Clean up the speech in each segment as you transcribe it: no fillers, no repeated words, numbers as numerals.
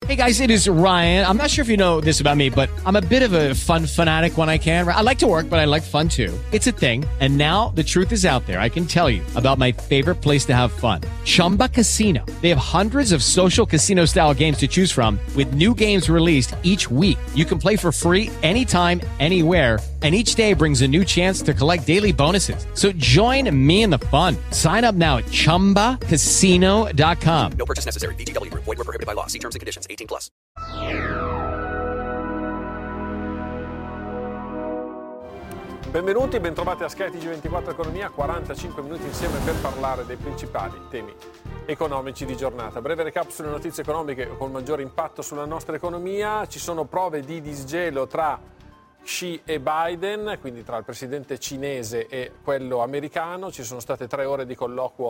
Hey guys, it is Ryan. I'm not sure if you know this about me, but I'm a bit of a fun fanatic when I can. I like to work, but I like fun too. It's a thing. And now the truth is out there. I can tell you about my favorite place to have fun. Chumba Casino. They have hundreds of social casino style games to choose from with new games released each week. You can play for free anytime, anywhere. And each day brings a new chance to collect daily bonuses. So join me in the fun. Sign up now at ChumbaCasino.com. No purchase necessary. VGW Group. Void where prohibited by law. See terms and conditions. 18+. Benvenuti, bentrovati a Sky TG24 Economia, 45 minuti insieme per parlare dei principali temi economici di giornata. Breve recap sulle notizie economiche con maggiore impatto sulla nostra economia. Ci sono prove di disgelo tra Xi e Biden, quindi tra il presidente cinese e quello americano. Ci sono state 3 ore di colloquio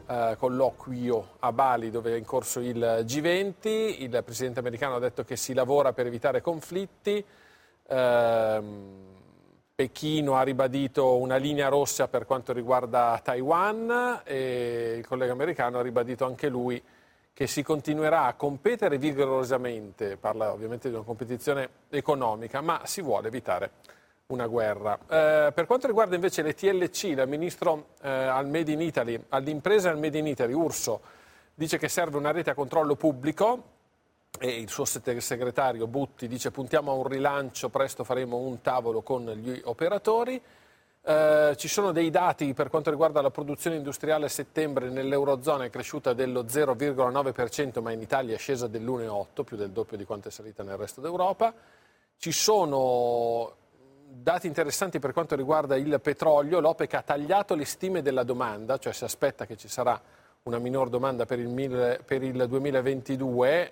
a Bali dove è in corso il G20. Il presidente americano ha detto che si lavora per evitare conflitti. Pechino ha ribadito una linea rossa per quanto riguarda Taiwan e il collega americano ha ribadito anche lui che si continuerà a competere vigorosamente, parla ovviamente di una competizione economica, ma si vuole evitare una guerra. Per quanto riguarda invece le TLC, il ministro al Made in Italy, all'impresa al Made in Italy, Urso, dice che serve una rete a controllo pubblico e il suo segretario Butti dice puntiamo a un rilancio, presto faremo un tavolo con gli operatori. Ci sono dei dati per quanto riguarda la produzione industriale a settembre nell'Eurozona è cresciuta dello 0,9%, ma in Italia è scesa dell'1,8%, più del doppio di quanto è salita nel resto d'Europa. Ci sono dati interessanti per quanto riguarda il petrolio. L'OPEC ha tagliato le stime della domanda, cioè si aspetta che ci sarà una minor domanda per il 2022,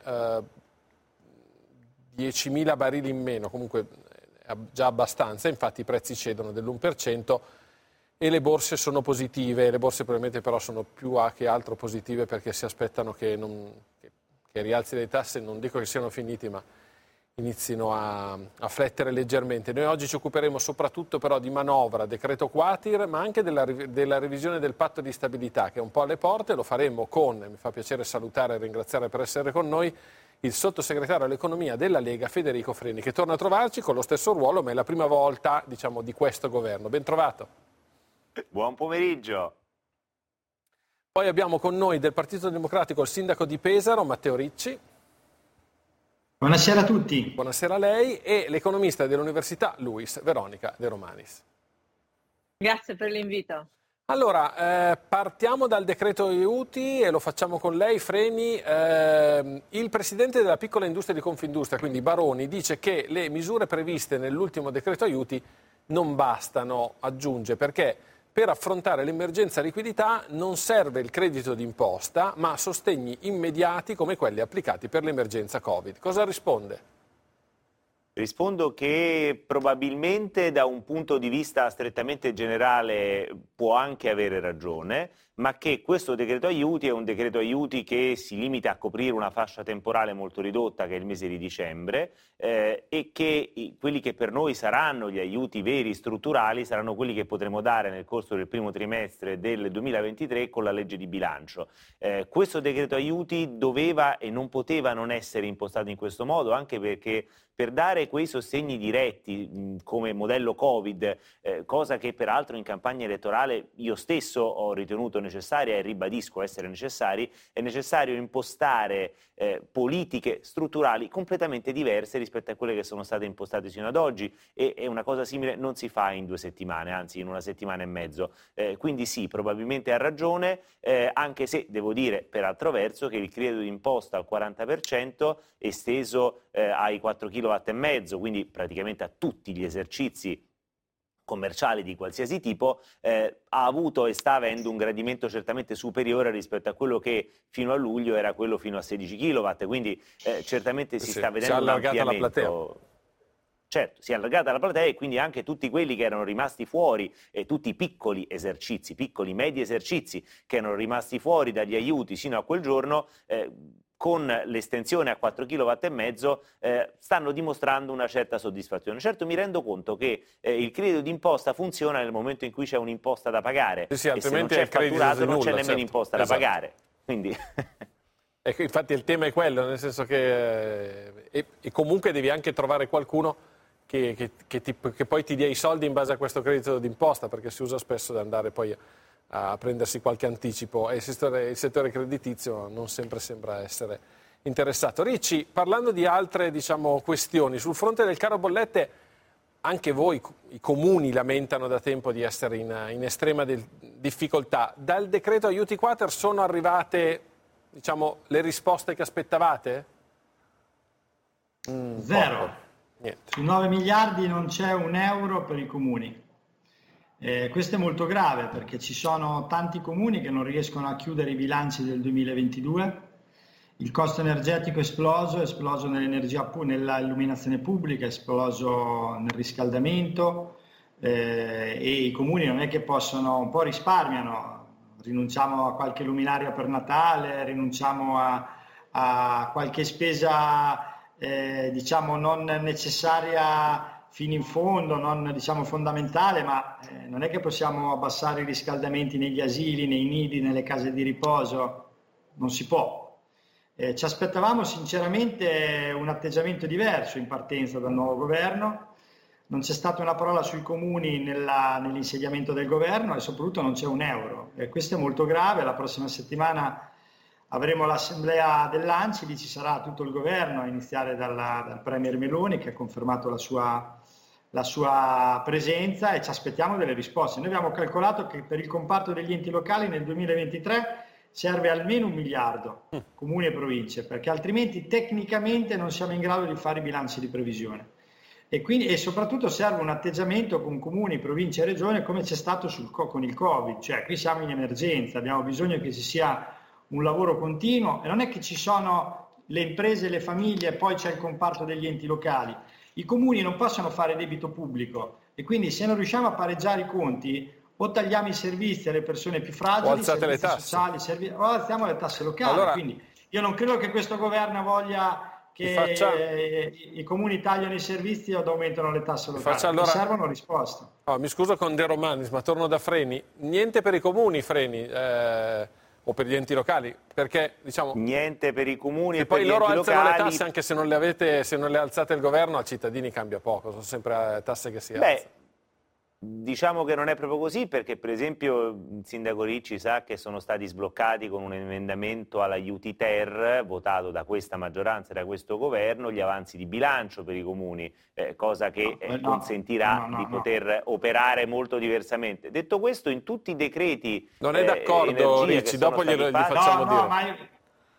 10.000 barili in meno, comunque già abbastanza, infatti i prezzi cedono dell'1% e le borse sono positive, le borse probabilmente però sono più che altro positive perché si aspettano che i rialzi delle tasse, non dico che siano finiti, ma inizino a flettere leggermente. Noi oggi ci occuperemo soprattutto però di manovra, decreto Quater, ma anche della revisione del patto di stabilità che è un po' alle porte. Lo faremo con, mi fa piacere salutare e ringraziare per essere con noi, il sottosegretario all'economia della Lega Federico Freni, che torna a trovarci con lo stesso ruolo, ma è la prima volta, diciamo, di questo governo. Ben trovato. Buon pomeriggio. Poi abbiamo con noi del Partito Democratico il sindaco di Pesaro, Matteo Ricci. Buonasera a tutti. Buonasera a lei e l'economista dell'Università Luis, Veronica De Romanis. Grazie per l'invito. Allora, partiamo dal decreto aiuti e lo facciamo con lei, Freni. Il presidente della piccola industria di Confindustria, quindi Baroni, dice che le misure previste nell'ultimo decreto aiuti non bastano, aggiunge, perché per affrontare l'emergenza liquidità non serve il credito d'imposta, ma sostegni immediati come quelli applicati per l'emergenza Covid. Cosa risponde? Rispondo che probabilmente da un punto di vista strettamente generale può anche avere ragione, ma che questo decreto aiuti è un decreto aiuti che si limita a coprire una fascia temporale molto ridotta, che è il mese di dicembre, e che quelli che per noi saranno gli aiuti veri strutturali saranno quelli che potremo dare nel corso del primo trimestre del 2023 con la legge di bilancio. Questo decreto aiuti doveva e non poteva non essere impostato in questo modo, anche perché per dare quei sostegni diretti come modello Covid, cosa che peraltro in campagna elettorale io stesso ho ritenuto necessaria e ribadisco essere necessari, è necessario impostare politiche strutturali completamente diverse rispetto a quelle che sono state impostate sino ad oggi e una cosa simile non si fa in 2 settimane, anzi in 1 settimana e mezzo. Quindi sì, probabilmente ha ragione, anche se devo dire per altro verso che il credito d'imposta al 40% esteso ai 4,5 kW, quindi praticamente a tutti gli esercizi commerciali di qualsiasi tipo, ha avuto e sta avendo un gradimento certamente superiore rispetto a quello che fino a luglio era quello fino a 16 kW, quindi certamente si sta vedendo un ampliamento. Certo, si è allargata la platea e quindi anche tutti quelli che erano rimasti fuori e tutti i piccoli esercizi, piccoli medi esercizi che erano rimasti fuori dagli aiuti sino a quel giorno, con l'estensione a 4,5 kW stanno dimostrando una certa soddisfazione. Certo mi rendo conto che il credito d'imposta funziona nel momento in cui c'è un'imposta da pagare, sì, e se non c'è fatturato non c'è nemmeno imposta da pagare. Quindi Ecco, infatti il tema è quello, nel senso che e comunque devi anche trovare qualcuno che poi ti dia i soldi in base a questo credito d'imposta, perché si usa spesso di andare poi a prendersi qualche anticipo e il settore creditizio non sempre sembra essere interessato. Ricci, parlando di altre questioni, sul fronte del caro bollette, anche voi, i comuni, lamentano da tempo di essere in estrema difficoltà. Dal decreto aiuti quater sono arrivate le risposte che aspettavate? Zero. Niente. Su 9 miliardi non c'è un euro per i comuni. Questo è molto grave perché ci sono tanti comuni che non riescono a chiudere i bilanci del 2022. Il costo energetico è esploso nell'illuminazione pubblica, è esploso nel riscaldamento e i comuni non è che possono, un po' risparmiano, rinunciamo a qualche luminaria per Natale, rinunciamo a qualche spesa non necessaria fino in fondo, non fondamentale, ma non è che possiamo abbassare i riscaldamenti negli asili, nei nidi, nelle case di riposo, non si può. Ci aspettavamo sinceramente un atteggiamento diverso in partenza dal nuovo governo, non c'è stata una parola sui comuni nell'insediamento del governo e soprattutto non c'è un euro. Questo è molto grave. La prossima settimana avremo l'assemblea dell'ANCI, lì ci sarà tutto il governo, a iniziare dal Premier Meloni che ha confermato la sua presenza e ci aspettiamo delle risposte. Noi abbiamo calcolato che per il comparto degli enti locali nel 2023 serve almeno 1 miliardo, comuni e province, perché altrimenti tecnicamente non siamo in grado di fare i bilanci di previsione. E soprattutto serve un atteggiamento con comuni, province e regioni come c'è stato con il Covid, cioè qui siamo in emergenza, abbiamo bisogno che ci sia un lavoro continuo e non è che ci sono le imprese, le famiglie e poi c'è il comparto degli enti locali. I comuni non possono fare debito pubblico e quindi se non riusciamo a pareggiare i conti o tagliamo i servizi alle persone più fragili, o alzate le tasse sociali, o alziamo le tasse locali. Allora, quindi io non credo che questo governo voglia che i comuni tagliano i servizi o aumentano le tasse locali. Allora, servono risposte. Mi scuso con De Romanis, ma torno da Freni. Niente per i comuni, Freni, o per gli enti locali, perché niente per i comuni e poi per gli loro enti alzano locali. le tasse anche se non le alzate il governo, ai cittadini cambia poco, sono sempre tasse che si alzano. Diciamo che non è proprio così perché per esempio il sindaco Ricci sa che sono stati sbloccati con un emendamento all'aiuti ter votato da questa maggioranza e da questo governo gli avanzi di bilancio per i comuni, cosa che consentirà di poter operare molto diversamente. Detto questo, in tutti i decreti non è d'accordo Ricci, dopo gli facciamo dire.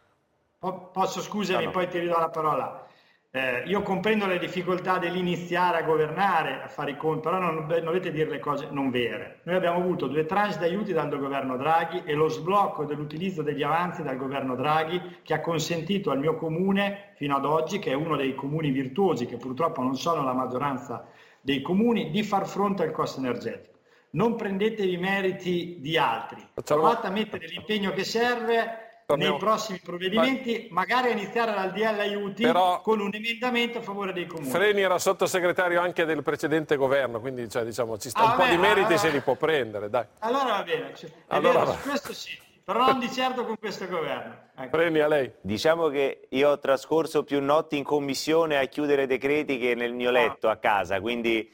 Posso, scusami, poi ti ridò la parola. Io comprendo le difficoltà dell'iniziare a governare, a fare i conti, però non dovete dire le cose non vere. Noi abbiamo avuto 2 tranche di aiuti dal governo Draghi e lo sblocco dell'utilizzo degli avanzi dal governo Draghi che ha consentito al mio comune fino ad oggi, che è uno dei comuni virtuosi, che purtroppo non sono la maggioranza dei comuni, di far fronte al costo energetico. Non prendetevi i meriti di altri, provate a mettere l'impegno che serve nei prossimi provvedimenti, magari a iniziare dal DL aiuti, con un emendamento a favore dei comuni. Freni era sottosegretario anche del precedente governo, quindi ci sta un po' di meriti se li può prendere, dai. Allora va bene, vero, su questo sì, però non di certo con questo governo. Ecco. Freni, a lei. Diciamo che io ho trascorso più notti in commissione a chiudere decreti che nel mio letto a casa, quindi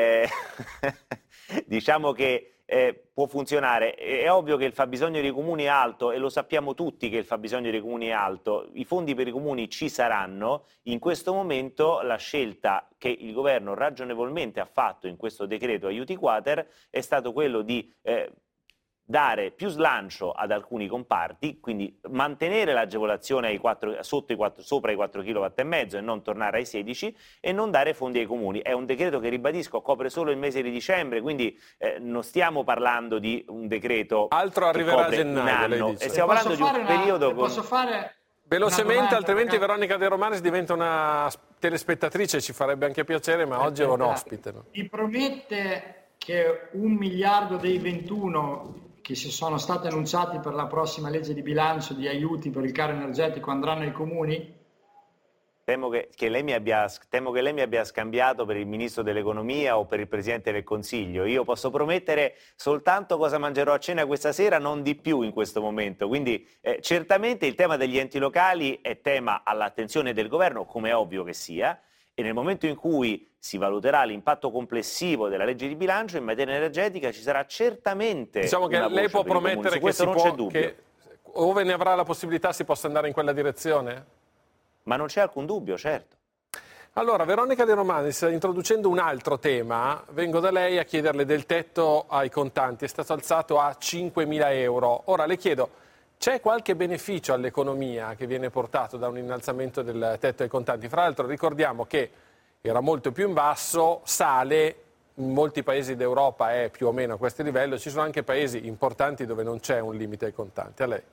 diciamo che può funzionare. È ovvio che il fabbisogno dei comuni è alto e lo sappiamo tutti che il fabbisogno dei comuni è alto. I fondi per i comuni ci saranno. In questo momento la scelta che il governo ragionevolmente ha fatto in questo decreto aiuti quater è stato quello di dare più slancio ad alcuni comparti, quindi mantenere l'agevolazione sopra i 4,5 kW e non tornare ai 16 e non dare fondi ai comuni. È un decreto che, ribadisco, copre solo il mese di dicembre, quindi non stiamo parlando di un decreto altro arriverà a gennaio, lei dice. E stiamo parlando di un periodo Posso fare velocemente, altrimenti Veronica De Romanis diventa una telespettatrice, ci farebbe anche piacere, ma oggi è un ospite. No? Mi promette che 1 miliardo dei 21 che si sono stati annunciati per la prossima legge di bilancio di aiuti per il caro energetico andranno ai comuni? temo che lei mi abbia scambiato per il Ministro dell'Economia o per il Presidente del Consiglio. Io posso promettere soltanto cosa mangerò a cena questa sera, non di più in questo momento. Quindi certamente il tema degli enti locali è tema all'attenzione del Governo, come è ovvio che sia, e nel momento in cui si valuterà l'impatto complessivo della legge di bilancio in materia energetica ci sarà certamente diciamo che lei può promettere che, questo non c'è dubbio. Che ove ne avrà la possibilità si possa andare in quella direzione? Ma non c'è alcun dubbio, certo. Allora, Veronica De Romanis, introducendo un altro tema, vengo da lei a chiederle del tetto ai contanti. È stato alzato a 5.000 euro. Ora le chiedo, c'è qualche beneficio all'economia che viene portato da un innalzamento del tetto ai contanti? Fra l'altro ricordiamo che era molto più in basso, sale, in molti paesi d'Europa è più o meno a questo livello, ci sono anche paesi importanti dove non c'è un limite ai contanti. A lei?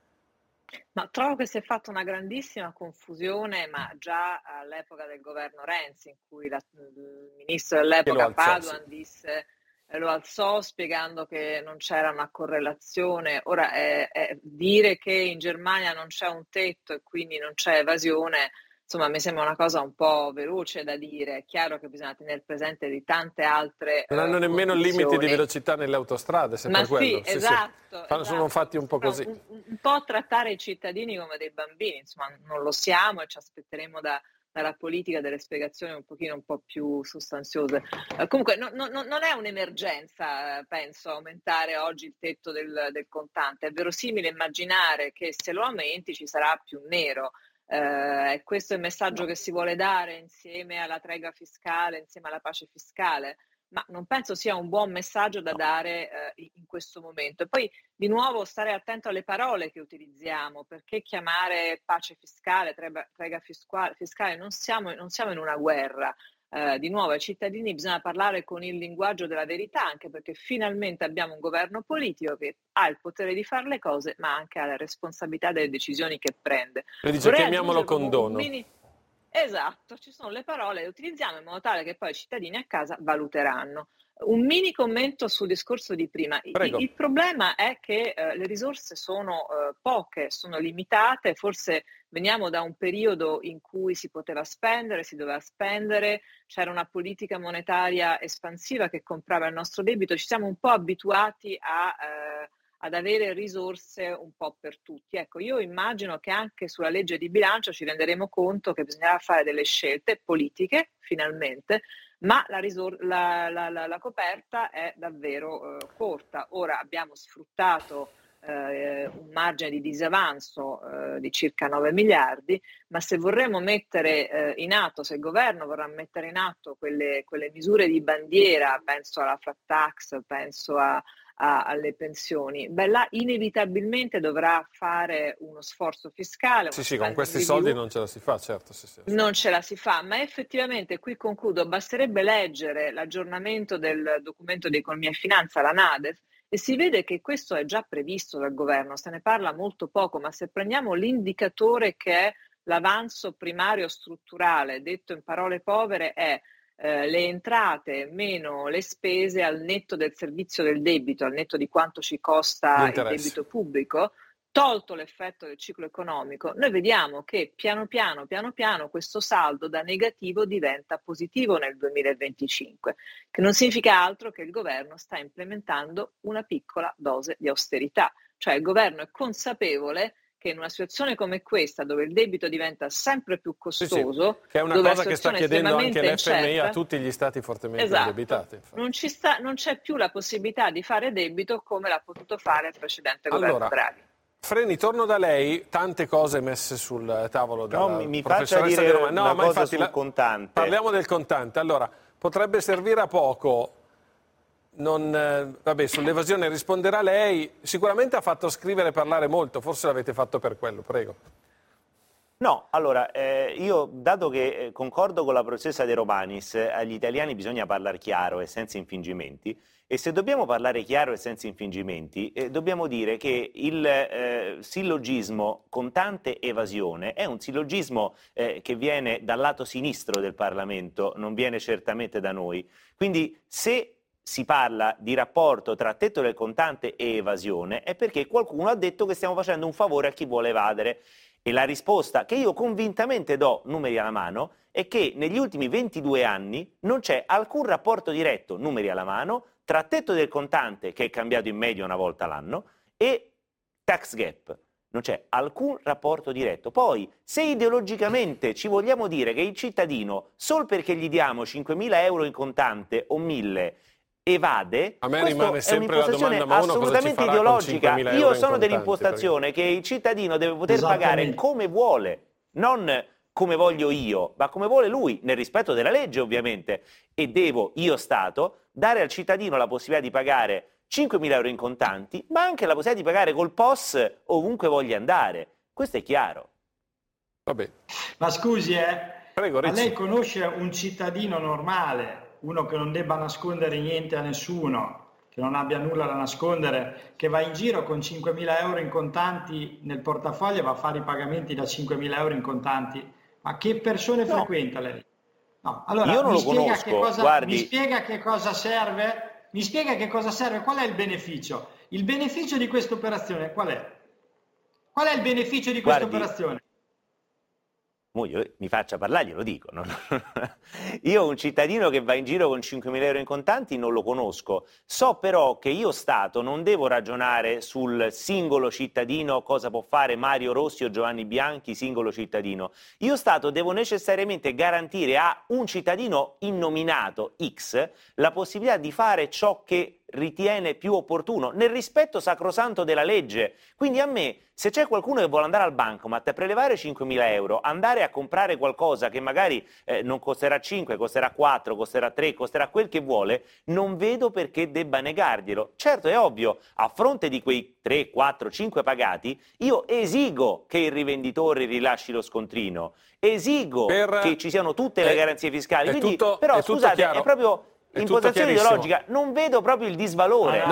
Ma trovo che si è fatta una grandissima confusione, ma già all'epoca del governo Renzi, in cui il ministro dell'epoca Padoan disse, lo alzò spiegando che non c'era una correlazione. Ora dire che in Germania non c'è un tetto e quindi non c'è evasione, insomma mi sembra una cosa un po' veloce da dire. È chiaro che bisogna tenere presente di tante altre non hanno nemmeno limiti di velocità nelle autostrade, se per quello. Sì, esatto. Sono fatti un po' così. Un po' trattare i cittadini come dei bambini, insomma non lo siamo e ci aspetteremo dalla politica delle spiegazioni un po' più sostanziose. Comunque non è un'emergenza, penso, aumentare oggi il tetto del contante. È verosimile immaginare che se lo aumenti ci sarà più nero. Questo è il messaggio che si vuole dare insieme alla tregua fiscale, insieme alla pace fiscale, ma non penso sia un buon messaggio da dare in questo momento. E poi di nuovo stare attento alle parole che utilizziamo, perché chiamare pace fiscale, tregua fiscale, non siamo in una guerra. Di nuovo ai cittadini bisogna parlare con il linguaggio della verità, anche perché finalmente abbiamo un governo politico che ha il potere di fare le cose, ma anche ha la responsabilità delle decisioni che prende. E dice chiamiamolo condono. Esatto, ci sono le parole, le utilizziamo in modo tale che poi i cittadini a casa valuteranno. Un mini commento sul discorso di prima. Il problema è che le risorse sono poche, sono limitate, forse veniamo da un periodo in cui si poteva spendere, si doveva spendere, c'era una politica monetaria espansiva che comprava il nostro debito, ci siamo un po' abituati ad avere risorse un po' per tutti. Ecco, io immagino che anche sulla legge di bilancio ci renderemo conto che bisognerà fare delle scelte politiche, finalmente, ma la coperta è davvero corta. Ora abbiamo sfruttato un margine di disavanzo di circa 9 miliardi, ma se vorremmo mettere in atto, se il governo vorrà mettere in atto quelle misure di bandiera, penso alla flat tax, penso alle pensioni, là inevitabilmente dovrà fare uno sforzo fiscale. Sì, con questi soldi non ce la si fa, certo. Sì. Non ce la si fa, ma effettivamente, qui concludo, basterebbe leggere l'aggiornamento del documento di economia e finanza, la NADEF, e si vede che questo è già previsto dal governo, se ne parla molto poco, ma se prendiamo l'indicatore che è l'avanzo primario strutturale, detto in parole povere, è le entrate meno le spese al netto del servizio del debito, al netto di quanto ci costa il debito pubblico, tolto l'effetto del ciclo economico, noi vediamo che piano piano questo saldo da negativo diventa positivo nel 2025, che non significa altro che il governo sta implementando una piccola dose di austerità, cioè il governo è consapevole che in una situazione come questa, dove il debito diventa sempre più costoso, che è una cosa che sta chiedendo anche l'FMI a tutti gli stati fortemente indebitati. Non c'è più la possibilità di fare debito come l'ha potuto fare il precedente governo Draghi. Freni, torno da lei, tante cose messe sul tavolo dalla mi faccia dire una cosa sul contante. Parliamo del contante. Allora, potrebbe servire a poco. Sull'evasione risponderà lei. Sicuramente ha fatto scrivere e parlare molto, forse l'avete fatto per quello, prego. No, allora, io dato che concordo con la professoressa De Romanis, agli italiani bisogna parlare chiaro e senza infingimenti, e se dobbiamo parlare chiaro e senza infingimenti, dobbiamo dire che il sillogismo contante evasione è un sillogismo che viene dal lato sinistro del Parlamento, non viene certamente da noi. Quindi se si parla di rapporto tra tetto del contante e evasione è perché qualcuno ha detto che stiamo facendo un favore a chi vuole evadere. E la risposta che io convintamente do, numeri alla mano, è che negli ultimi 22 anni non c'è alcun rapporto diretto, numeri alla mano, tra tetto del contante, che è cambiato in media una volta l'anno, e tax gap. Non c'è alcun rapporto diretto. Poi, se ideologicamente ci vogliamo dire che il cittadino, solo perché gli diamo 5.000 euro in contante o 1.000, evade, a me rimane sempre la domanda, ma uno assolutamente ideologica. Io sono dell'impostazione che il cittadino deve poter pagare come vuole, non come voglio io, ma come vuole lui, nel rispetto della legge ovviamente, e devo, io Stato, dare al cittadino la possibilità di pagare 5.000 euro in contanti, ma anche la possibilità di pagare col POS ovunque voglia andare. Questo è chiaro. Vabbè. Ma scusi, Prego, ma lei conosce un cittadino normale, uno che non debba nascondere niente a nessuno, che non abbia nulla da nascondere, che va in giro con 5.000 euro in contanti nel portafoglio e va a fare i pagamenti da 5.000 euro in contanti? Ma che persone frequenta lei? No, allora, io non lo conosco, guardi. Mi spiega che cosa serve? Mi spiega che cosa serve? Qual è il beneficio? Il beneficio di questa operazione qual è? Qual è il beneficio di questa operazione? Mi faccia parlare, glielo dico. No? Io un cittadino che va in giro con 5.000 euro in contanti non lo conosco. So però che io Stato non devo ragionare sul singolo cittadino, cosa può fare Mario Rossi o Giovanni Bianchi, singolo cittadino. Io Stato devo necessariamente garantire a un cittadino innominato X la possibilità di fare ciò che ritiene più opportuno, nel rispetto sacrosanto della legge. Quindi a me, se c'è qualcuno che vuole andare al bancomat a prelevare 5.000 euro, andare a comprare qualcosa che magari non costerà 5, costerà 4, costerà 3, costerà quel che vuole, non vedo perché debba negarglielo. Certo, è ovvio, a fronte di quei 3, 4, 5 pagati, io esigo che il rivenditore rilasci lo scontrino, esigo che ci siano tutte le garanzie fiscali. Quindi, però scusate, è proprio impostazione ideologica, non vedo proprio il disvalore.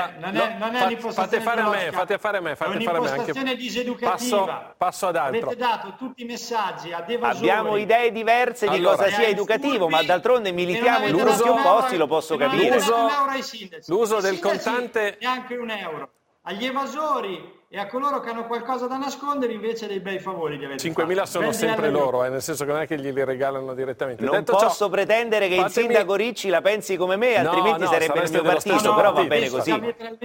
Fate fare a me. È un'impostazione diseducativa. Passo ad altro. Avete dato tutti i messaggi ad evasori. Abbiamo idee diverse di cosa sia educativo, ma d'altronde militiamo in tutti opposti, lo posso capire. L'uso del contante, neanche un euro. Agli evasori e a coloro che hanno qualcosa da nascondere invece dei bei favori li avete 5.000 fatto. sono sempre loro, nel senso che non è che glieli regalano direttamente. Non posso pretendere che il sindaco Ricci la pensi come me, altrimenti sarebbe il mio partito, però va bene così.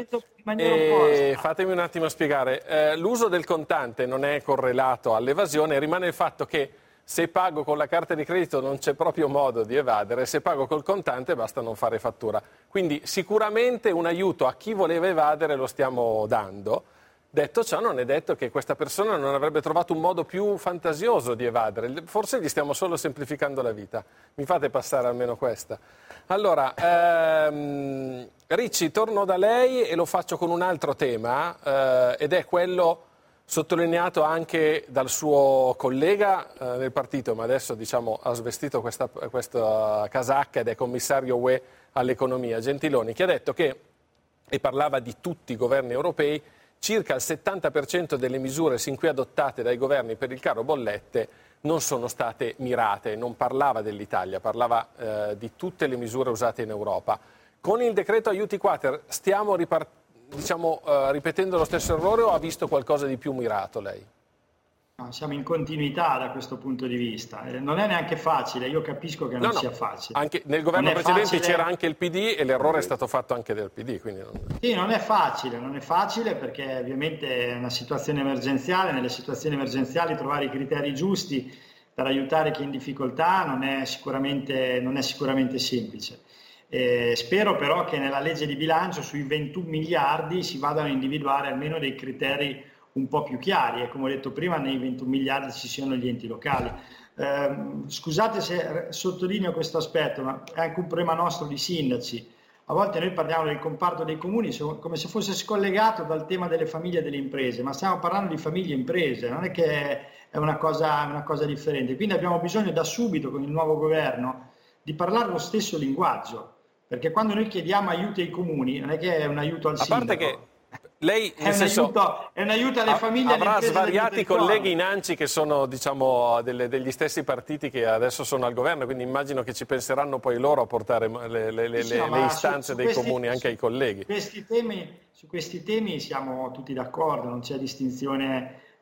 Fatemi un attimo spiegare. L'uso del contante non è correlato all'evasione, rimane il fatto che se pago con la carta di credito non c'è proprio modo di evadere, se pago col contante basta non fare fattura. Quindi sicuramente un aiuto a chi voleva evadere lo stiamo dando. Detto ciò, non è detto che questa persona non avrebbe trovato un modo più fantasioso di evadere. Forse gli stiamo solo semplificando la vita. Mi fate passare almeno questa. Allora, Ricci, torno da lei e lo faccio con un altro tema, ed è quello sottolineato anche dal suo collega nel partito, ma adesso diciamo ha svestito questa casacca ed è commissario UE all'economia, Gentiloni, che ha detto che, e parlava di tutti i governi europei, circa il 70% delle misure sin qui adottate dai governi per il caro bollette non sono state mirate. Non parlava dell'Italia, parlava di tutte le misure usate in Europa. Con il decreto aiuti quater stiamo ripetendo lo stesso errore o ha visto qualcosa di più mirato lei? No, siamo in continuità da questo punto di vista. Non è neanche facile, io capisco che non sia facile. Anche nel governo precedente c'era anche il PD e l'errore è stato fatto anche del PD. Quindi Sì, non è facile perché ovviamente è una situazione emergenziale. Nelle situazioni emergenziali trovare i criteri giusti per aiutare chi è in difficoltà non è sicuramente semplice. Spero però che nella legge di bilancio sui 21 miliardi si vadano a individuare almeno dei criteri un po' più chiari e come ho detto prima nei 21 miliardi ci siano gli enti locali. Scusate se sottolineo questo aspetto, ma è anche un problema nostro di sindaci. A volte noi parliamo del comparto dei comuni come se fosse scollegato dal tema delle famiglie e delle imprese, ma stiamo parlando di famiglie e imprese, non è che è una cosa differente. Quindi abbiamo bisogno da subito con il nuovo governo di parlare lo stesso linguaggio. Perché quando noi chiediamo aiuti ai comuni, non è che è un aiuto al sindaco. A parte che lei è un aiuto alle famiglie. Avrà svariati colleghi in ANCI che sono degli stessi partiti che adesso sono al governo, quindi immagino che ci penseranno poi loro a portare le istanze dei comuni anche ai colleghi. Su questi temi siamo tutti d'accordo, non c'è distinzione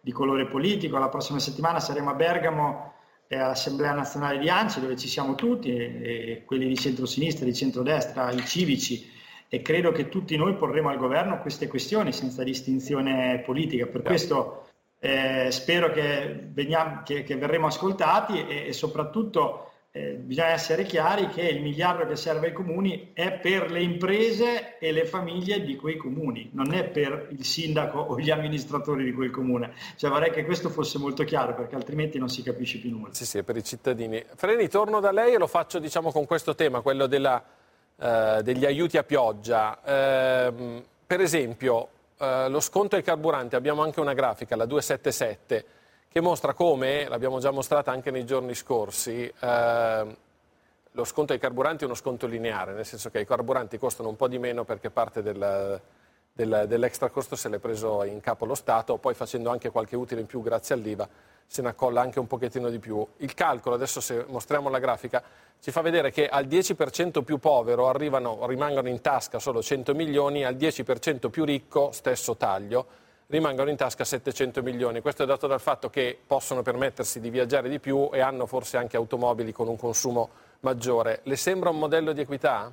di colore politico. La prossima settimana saremo a Bergamo all'Assemblea Nazionale di ANCI, dove ci siamo tutti, e quelli di centrosinistra, di centrodestra, i civici, e credo che tutti noi porremo al governo queste questioni senza distinzione politica. Per questo spero che verremo ascoltati e soprattutto bisogna essere chiari che il miliardo che serve ai comuni è per le imprese e le famiglie di quei comuni, non è per il sindaco o gli amministratori di quel comune. Cioè, vorrei che questo fosse molto chiaro, perché altrimenti non si capisce più nulla. Sì, è per i cittadini. Freni, torno da lei e lo faccio con questo tema, quello degli aiuti a pioggia. Per esempio, lo sconto ai carburanti, abbiamo anche una grafica, la 277, che mostra come, l'abbiamo già mostrata anche nei giorni scorsi, lo sconto ai carburanti è uno sconto lineare, nel senso che i carburanti costano un po' di meno perché parte dell'extra costo se l'è preso in capo lo Stato, poi facendo anche qualche utile in più grazie all'IVA se ne accolla anche un pochettino di più. Il calcolo, adesso se mostriamo la grafica, ci fa vedere che al 10% più povero rimangono in tasca solo 100 milioni, al 10% più ricco, stesso taglio, rimangono in tasca 700 milioni. Questo è dato dal fatto che possono permettersi di viaggiare di più e hanno forse anche automobili con un consumo maggiore. Le sembra un modello di equità?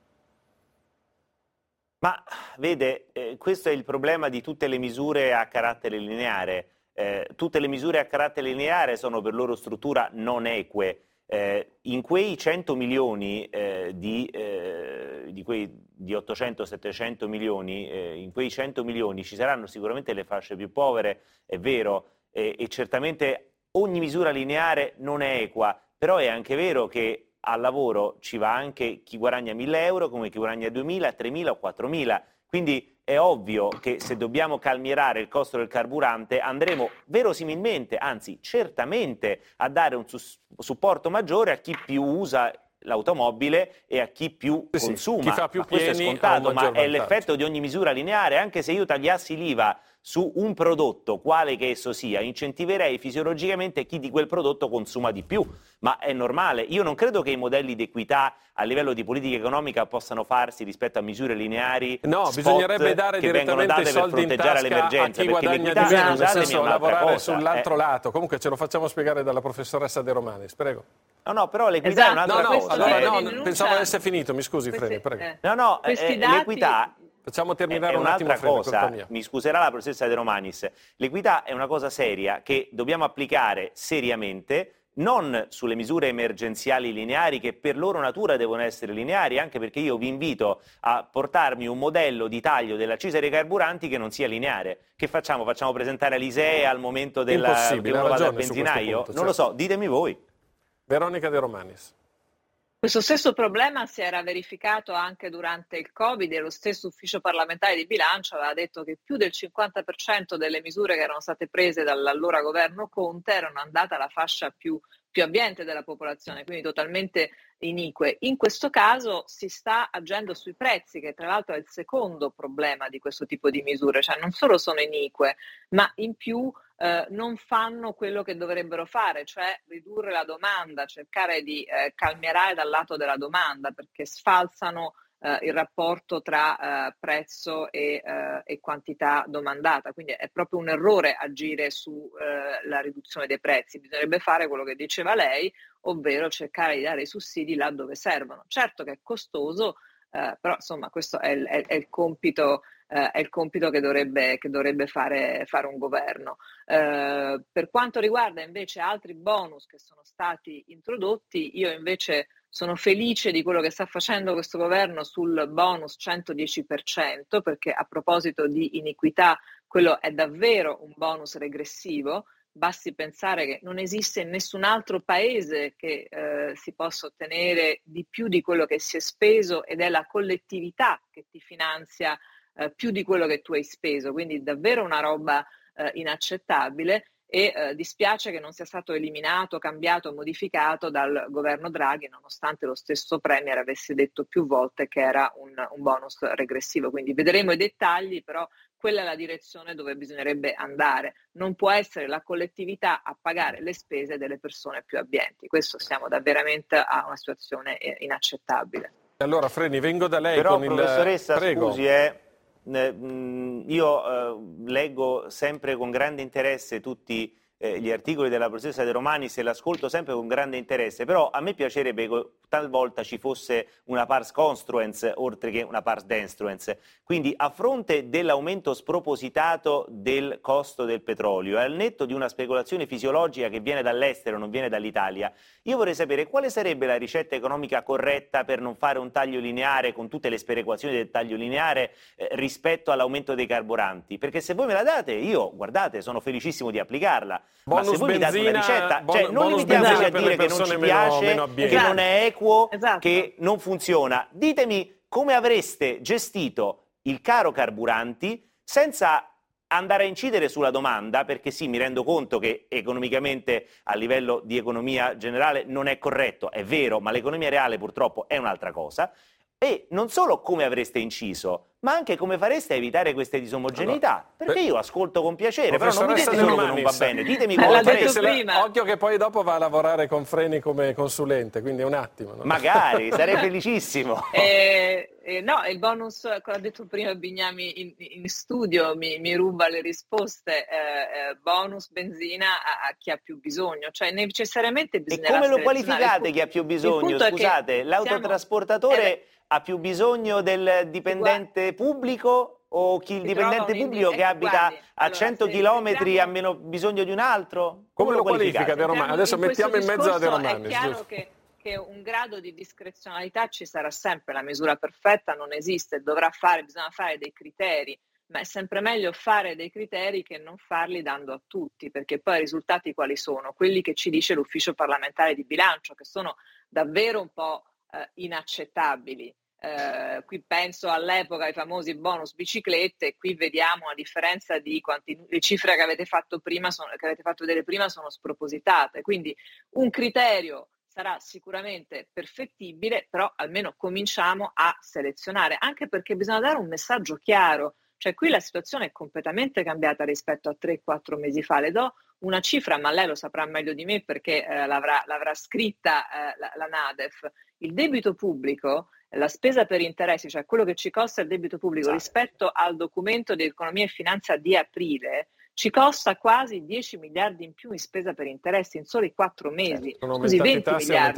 Ma vede, questo è il problema di tutte le misure a carattere lineare. Tutte le misure a carattere lineare sono per loro struttura non eque. In quei 100 milioni di 800-700 milioni, in quei 100 milioni ci saranno sicuramente le fasce più povere, è vero, e certamente ogni misura lineare non è equa, però è anche vero che al lavoro ci va anche chi guadagna 1.000 euro come chi guadagna 2.000, 3.000 o 4.000, quindi è ovvio che se dobbiamo calmierare il costo del carburante andremo verosimilmente, anzi certamente, a dare un supporto maggiore a chi più usa l'automobile e a chi più consuma. Chi fa più questo è scontato, ma è l'effetto di ogni misura lineare. Anche se io tagliassi l'IVA su un prodotto, quale che esso sia, incentiverei fisiologicamente chi di quel prodotto consuma di più, ma è normale. Io non credo che i modelli di equità a livello di politica economica possano farsi rispetto a misure lineari. No, bisognerebbe dare direttamente i soldi in tasca a chi guadagna di meno, nel senso lavorare sull'altro lato. Comunque ce lo facciamo spiegare dalla professoressa De Romanis, prego. No, però l'equità è un'altra cosa. Allora pensavo avesse finito, mi scusi Freni, prego. L'equità facciamo terminare è un attimo un'altra cosa, mi scuserà la professoressa De Romanis, l'equità è una cosa seria che dobbiamo applicare seriamente, non sulle misure emergenziali lineari che per loro natura devono essere lineari, anche perché io vi invito a portarmi un modello di taglio dell'accisa dei carburanti che non sia lineare. Che facciamo? Facciamo presentare l'ISEE al momento che uno vada al benzinaio? Non lo so, ditemi voi. Veronica De Romanis. Questo stesso problema si era verificato anche durante il Covid e lo stesso ufficio parlamentare di bilancio aveva detto che più del 50% delle misure che erano state prese dall'allora governo Conte erano andate alla fascia più abbiente della popolazione, quindi totalmente inique. In questo caso si sta agendo sui prezzi, che tra l'altro è il secondo problema di questo tipo di misure, cioè non solo sono inique, ma in più non fanno quello che dovrebbero fare, cioè ridurre la domanda, cercare di calmierare dal lato della domanda, perché sfalsano il rapporto tra prezzo e quantità domandata, quindi è proprio un errore agire sulla riduzione dei prezzi. Bisognerebbe fare quello che diceva lei, ovvero cercare di dare i sussidi là dove servono. Certo che è costoso, però insomma questo è il compito che dovrebbe fare un governo. Per quanto riguarda invece altri bonus che sono stati introdotti, io invece sono felice di quello che sta facendo questo governo sul bonus 110%, perché a proposito di iniquità, quello è davvero un bonus regressivo. Basti pensare che non esiste in nessun altro paese che si possa ottenere di più di quello che si è speso, ed è la collettività che ti finanzia più di quello che tu hai speso, quindi davvero una roba inaccettabile. E dispiace che non sia stato eliminato, cambiato, modificato dal governo Draghi, nonostante lo stesso Premier avesse detto più volte che era un bonus regressivo. Quindi vedremo i dettagli, però quella è la direzione dove bisognerebbe andare. Non può essere la collettività a pagare le spese delle persone più abbienti. Questo siamo veramente a una situazione inaccettabile. Allora Freni, vengo da lei però, con professoressa, prego. Scusi, io leggo sempre con grande interesse tutti gli articoli della professoressa De Romanis e l'ascolto sempre con grande interesse, però a me piacerebbe che talvolta ci fosse una pars construens oltre che una pars destruens. Quindi a fronte dell'aumento spropositato del costo del petrolio e al netto di una speculazione fisiologica che viene dall'estero, non viene dall'Italia, io vorrei sapere quale sarebbe la ricetta economica corretta per non fare un taglio lineare con tutte le sperequazioni del taglio lineare rispetto all'aumento dei carburanti, perché se voi me la date io, guardate, sono felicissimo di applicarla. Bonus ma se voi benzina, mi date una ricetta, cioè non limitiamoci a dire che non ci piace, che non è equo, che non funziona. Ditemi come avreste gestito il caro carburanti senza andare a incidere sulla domanda, perché sì, mi rendo conto che economicamente a livello di economia generale non è corretto, è vero, ma l'economia reale purtroppo è un'altra cosa. E non solo come avreste inciso, ma anche come fareste a evitare queste disomogeneità. Perché io ascolto con piacere, però non mi dite solo che non va bene, ditemi come fareste. Occhio che poi dopo va a lavorare con Freni come consulente, quindi un attimo. No? Magari, sarei felicissimo. No, il bonus, come ha detto prima Bignami in studio, mi ruba le risposte. Bonus benzina a chi ha più bisogno, cioè necessariamente bisogna. E come lo qualificate chi ha più bisogno? Scusate, l'autotrasportatore ha più bisogno del dipendente pubblico o il dipendente pubblico che abita a 100 chilometri ha meno bisogno di un altro? Come lo qualifica De Romanis? Adesso mettiamo in mezzo a De Romanis. È chiaro che un grado di discrezionalità ci sarà sempre, la misura perfetta non esiste, bisogna fare dei criteri, ma è sempre meglio fare dei criteri che non farli dando a tutti, perché poi i risultati quali sono? Quelli che ci dice l'ufficio parlamentare di bilancio, che sono davvero un po' inaccettabili. Qui penso all'epoca ai famosi bonus biciclette, e qui vediamo a differenza di le cifre che avete fatto vedere prima sono spropositate, quindi un criterio sarà sicuramente perfettibile, però almeno cominciamo a selezionare, anche perché bisogna dare un messaggio chiaro, cioè qui la situazione è completamente cambiata rispetto a 3-4 mesi fa. Le do una cifra, ma lei lo saprà meglio di me perché l'avrà scritta la NADEF. Il debito pubblico, la spesa per interessi, cioè quello che ci costa il debito pubblico rispetto al documento di economia e finanza di aprile, ci costa quasi 10 miliardi in più in spesa per interessi in soli 4 mesi. Scusi, 20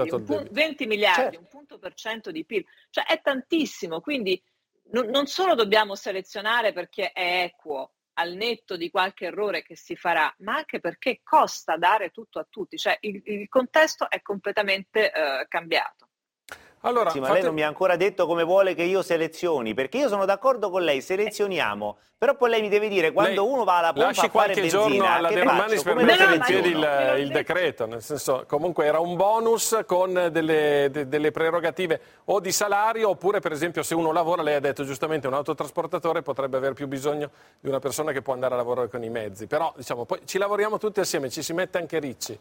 miliardi, un punto % di PIL, cioè è tantissimo, quindi non solo dobbiamo selezionare perché è equo al netto di qualche errore che si farà, ma anche perché costa dare tutto a tutti, cioè il contesto è completamente cambiato. Allora, sì, ma lei non mi ha ancora detto come vuole che io selezioni, perché io sono d'accordo con lei, selezioniamo, però poi lei mi deve dire quando uno va alla pompa a fare benzina, giorno alla De Romanis per mettere in piedi il decreto, nel senso comunque era un bonus con delle prerogative o di salario oppure per esempio se uno lavora, lei ha detto giustamente un autotrasportatore potrebbe aver più bisogno di una persona che può andare a lavorare con i mezzi, però diciamo poi ci lavoriamo tutti assieme, ci si mette anche Ricci.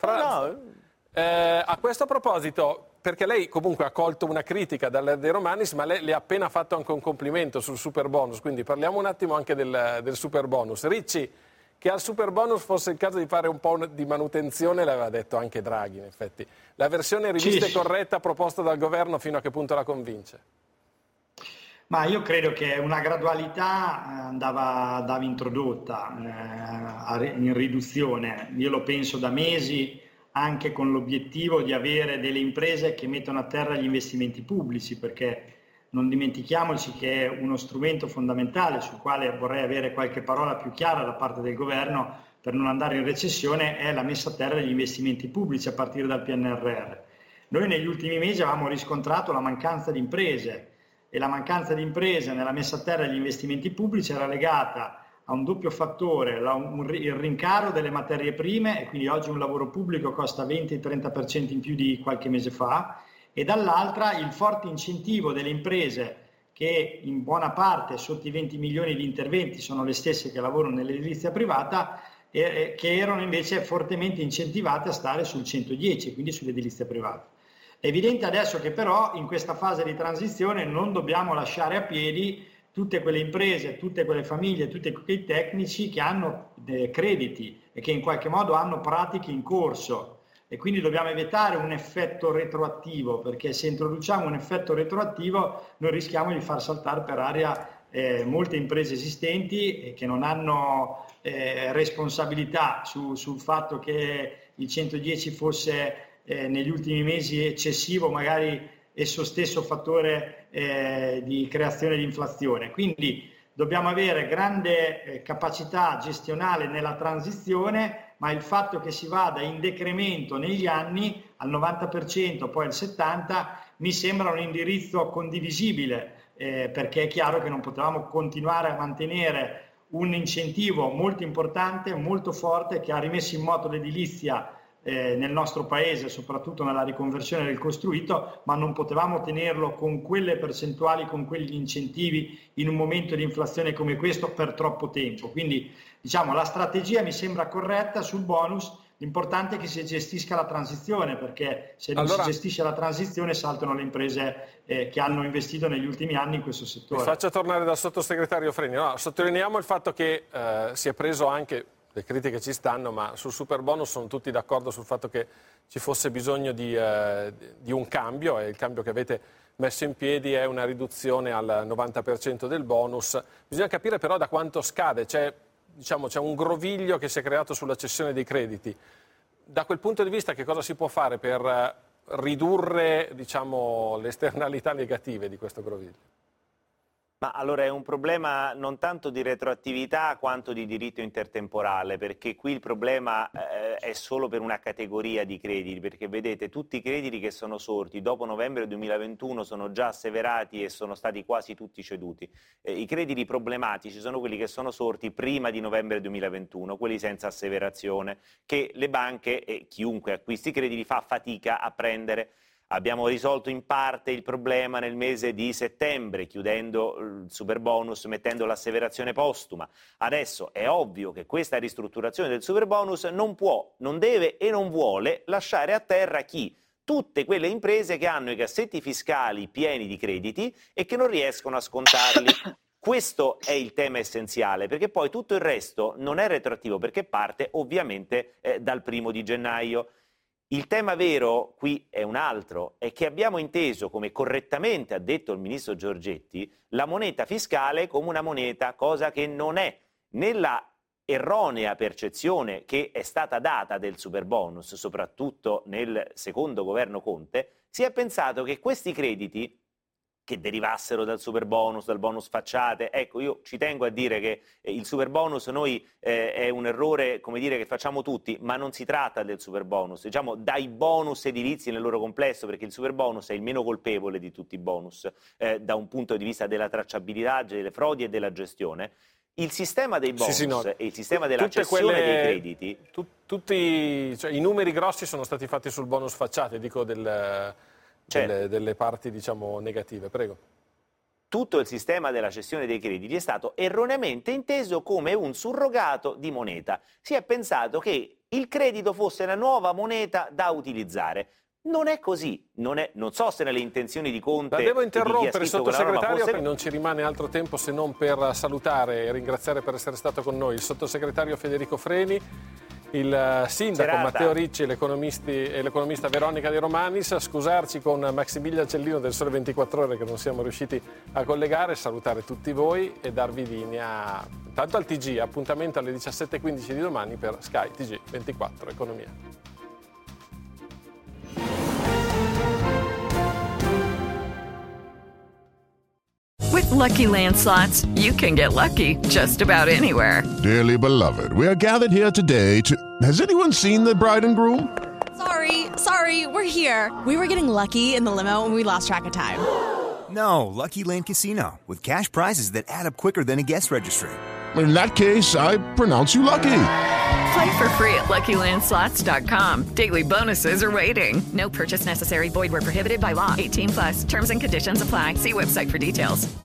A questo proposito, perché lei comunque ha colto una critica dalla De Romanis, ma lei le ha appena fatto anche un complimento sul super bonus, quindi parliamo un attimo anche del super bonus. Ricci, che al super bonus fosse il caso di fare un po' di manutenzione, l'aveva detto anche Draghi in effetti. La versione rivista e corretta proposta dal governo fino a che punto la convince? Ma io credo che una gradualità andava introdotta in riduzione, io lo penso da mesi, anche con l'obiettivo di avere delle imprese che mettono a terra gli investimenti pubblici, perché non dimentichiamoci che è uno strumento fondamentale sul quale vorrei avere qualche parola più chiara da parte del governo per non andare in recessione, è la messa a terra degli investimenti pubblici a partire dal PNRR. Noi negli ultimi mesi avevamo riscontrato la mancanza di imprese e la mancanza di imprese nella messa a terra degli investimenti pubblici era legata a un doppio fattore, il rincaro delle materie prime, e quindi oggi un lavoro pubblico costa 20-30% in più di qualche mese fa, e dall'altra il forte incentivo delle imprese che in buona parte sotto i 20 milioni di interventi sono le stesse che lavorano nell'edilizia privata, che erano invece fortemente incentivate a stare sul 110, quindi sull'edilizia privata. È evidente adesso che però in questa fase di transizione non dobbiamo lasciare a piedi tutte quelle imprese, tutte quelle famiglie, tutti quei tecnici che hanno crediti e che in qualche modo hanno pratiche in corso, e quindi dobbiamo evitare un effetto retroattivo, perché se introduciamo un effetto retroattivo noi rischiamo di far saltare per aria molte imprese esistenti che non hanno responsabilità sul fatto che il 110 fosse negli ultimi mesi eccessivo, magari esso stesso fattore di creazione di inflazione. Quindi dobbiamo avere grande capacità gestionale nella transizione, ma il fatto che si vada in decremento negli anni al 90%, poi al 70%, mi sembra un indirizzo condivisibile, perché è chiaro che non potevamo continuare a mantenere un incentivo molto importante, molto forte, che ha rimesso in moto l'edilizia nel nostro paese, soprattutto nella riconversione del costruito, ma non potevamo tenerlo con quelle percentuali, con quegli incentivi in un momento di inflazione come questo per troppo tempo. Quindi diciamo la strategia mi sembra corretta sul bonus, l'importante è che si gestisca la transizione, perché se non si gestisce la transizione saltano le imprese che hanno investito negli ultimi anni in questo settore. Mi faccia tornare dal sottosegretario Freni. No, sottolineiamo il fatto che si è preso anche, le critiche ci stanno, ma sul superbonus sono tutti d'accordo sul fatto che ci fosse bisogno di un cambio, e il cambio che avete messo in piedi è una riduzione al 90% del bonus. Bisogna capire però da quanto scade, c'è un groviglio che si è creato sulla cessione dei crediti. Da quel punto di vista che cosa si può fare per ridurre le esternalità negative di questo groviglio? Ma allora è un problema non tanto di retroattività quanto di diritto intertemporale, perché qui il problema è solo per una categoria di crediti, perché vedete tutti i crediti che sono sorti dopo novembre 2021 sono già asseverati e sono stati quasi tutti ceduti. I crediti problematici sono quelli che sono sorti prima di novembre 2021, quelli senza asseverazione, che le banche e chiunque acquisti crediti fa fatica a prendere. Abbiamo risolto in parte il problema nel mese di settembre, chiudendo il superbonus, mettendo l'asseverazione postuma. Adesso è ovvio che questa ristrutturazione del superbonus non può, non deve e non vuole lasciare a terra chi? Tutte quelle imprese che hanno i cassetti fiscali pieni di crediti e che non riescono a scontarli. Questo è il tema essenziale, perché poi tutto il resto non è retroattivo, perché parte ovviamente dal 1° gennaio. Il tema vero qui è un altro, è che abbiamo inteso, come correttamente ha detto il ministro Giorgetti, la moneta fiscale come una moneta, cosa che non è. Nella erronea percezione che è stata data del superbonus, soprattutto nel secondo governo Conte, si è pensato che questi crediti che derivassero dal superbonus, dal bonus facciate. Ecco, io ci tengo a dire che il superbonus noi è un errore, come dire, che facciamo tutti, ma non si tratta del superbonus, diciamo dai bonus edilizi nel loro complesso, perché il superbonus è il meno colpevole di tutti i bonus da un punto di vista della tracciabilità, delle frodi e della gestione. Il sistema dei bonus e il sistema della cessione dei crediti... Tutti i numeri grossi sono stati fatti sul bonus facciate, dico delle parti negative. Prego. Tutto il sistema della cessione dei crediti è stato erroneamente inteso come un surrogato di moneta. Si è pensato che il credito fosse la nuova moneta da utilizzare. Non è così, non so se nelle intenzioni di Conte... La devo interrompere, sottosegretario, fosse... non ci rimane altro tempo se non per salutare e ringraziare per essere stato con noi il sottosegretario Federico Freni, il sindaco Matteo Ricci e l'economista Veronica De Romanis, scusarci con Maximiliano Cellino del Sole 24 Ore che non siamo riusciti a collegare, salutare tutti voi e darvi linea tanto al TG, appuntamento alle 17:15 di domani per Sky TG 24 Economia. With Lucky Land Slots, you can get lucky just about anywhere. Dearly beloved, we are gathered here today to... Has anyone seen the bride and groom? Sorry, we're here. We were getting lucky in the limo and we lost track of time. No, Lucky Land Casino, with cash prizes that add up quicker than a guest registry. In that case, I pronounce you lucky. Play for free at LuckyLandSlots.com. Daily bonuses are waiting. No purchase necessary. Void where prohibited by law. 18+. Terms and conditions apply. See website for details.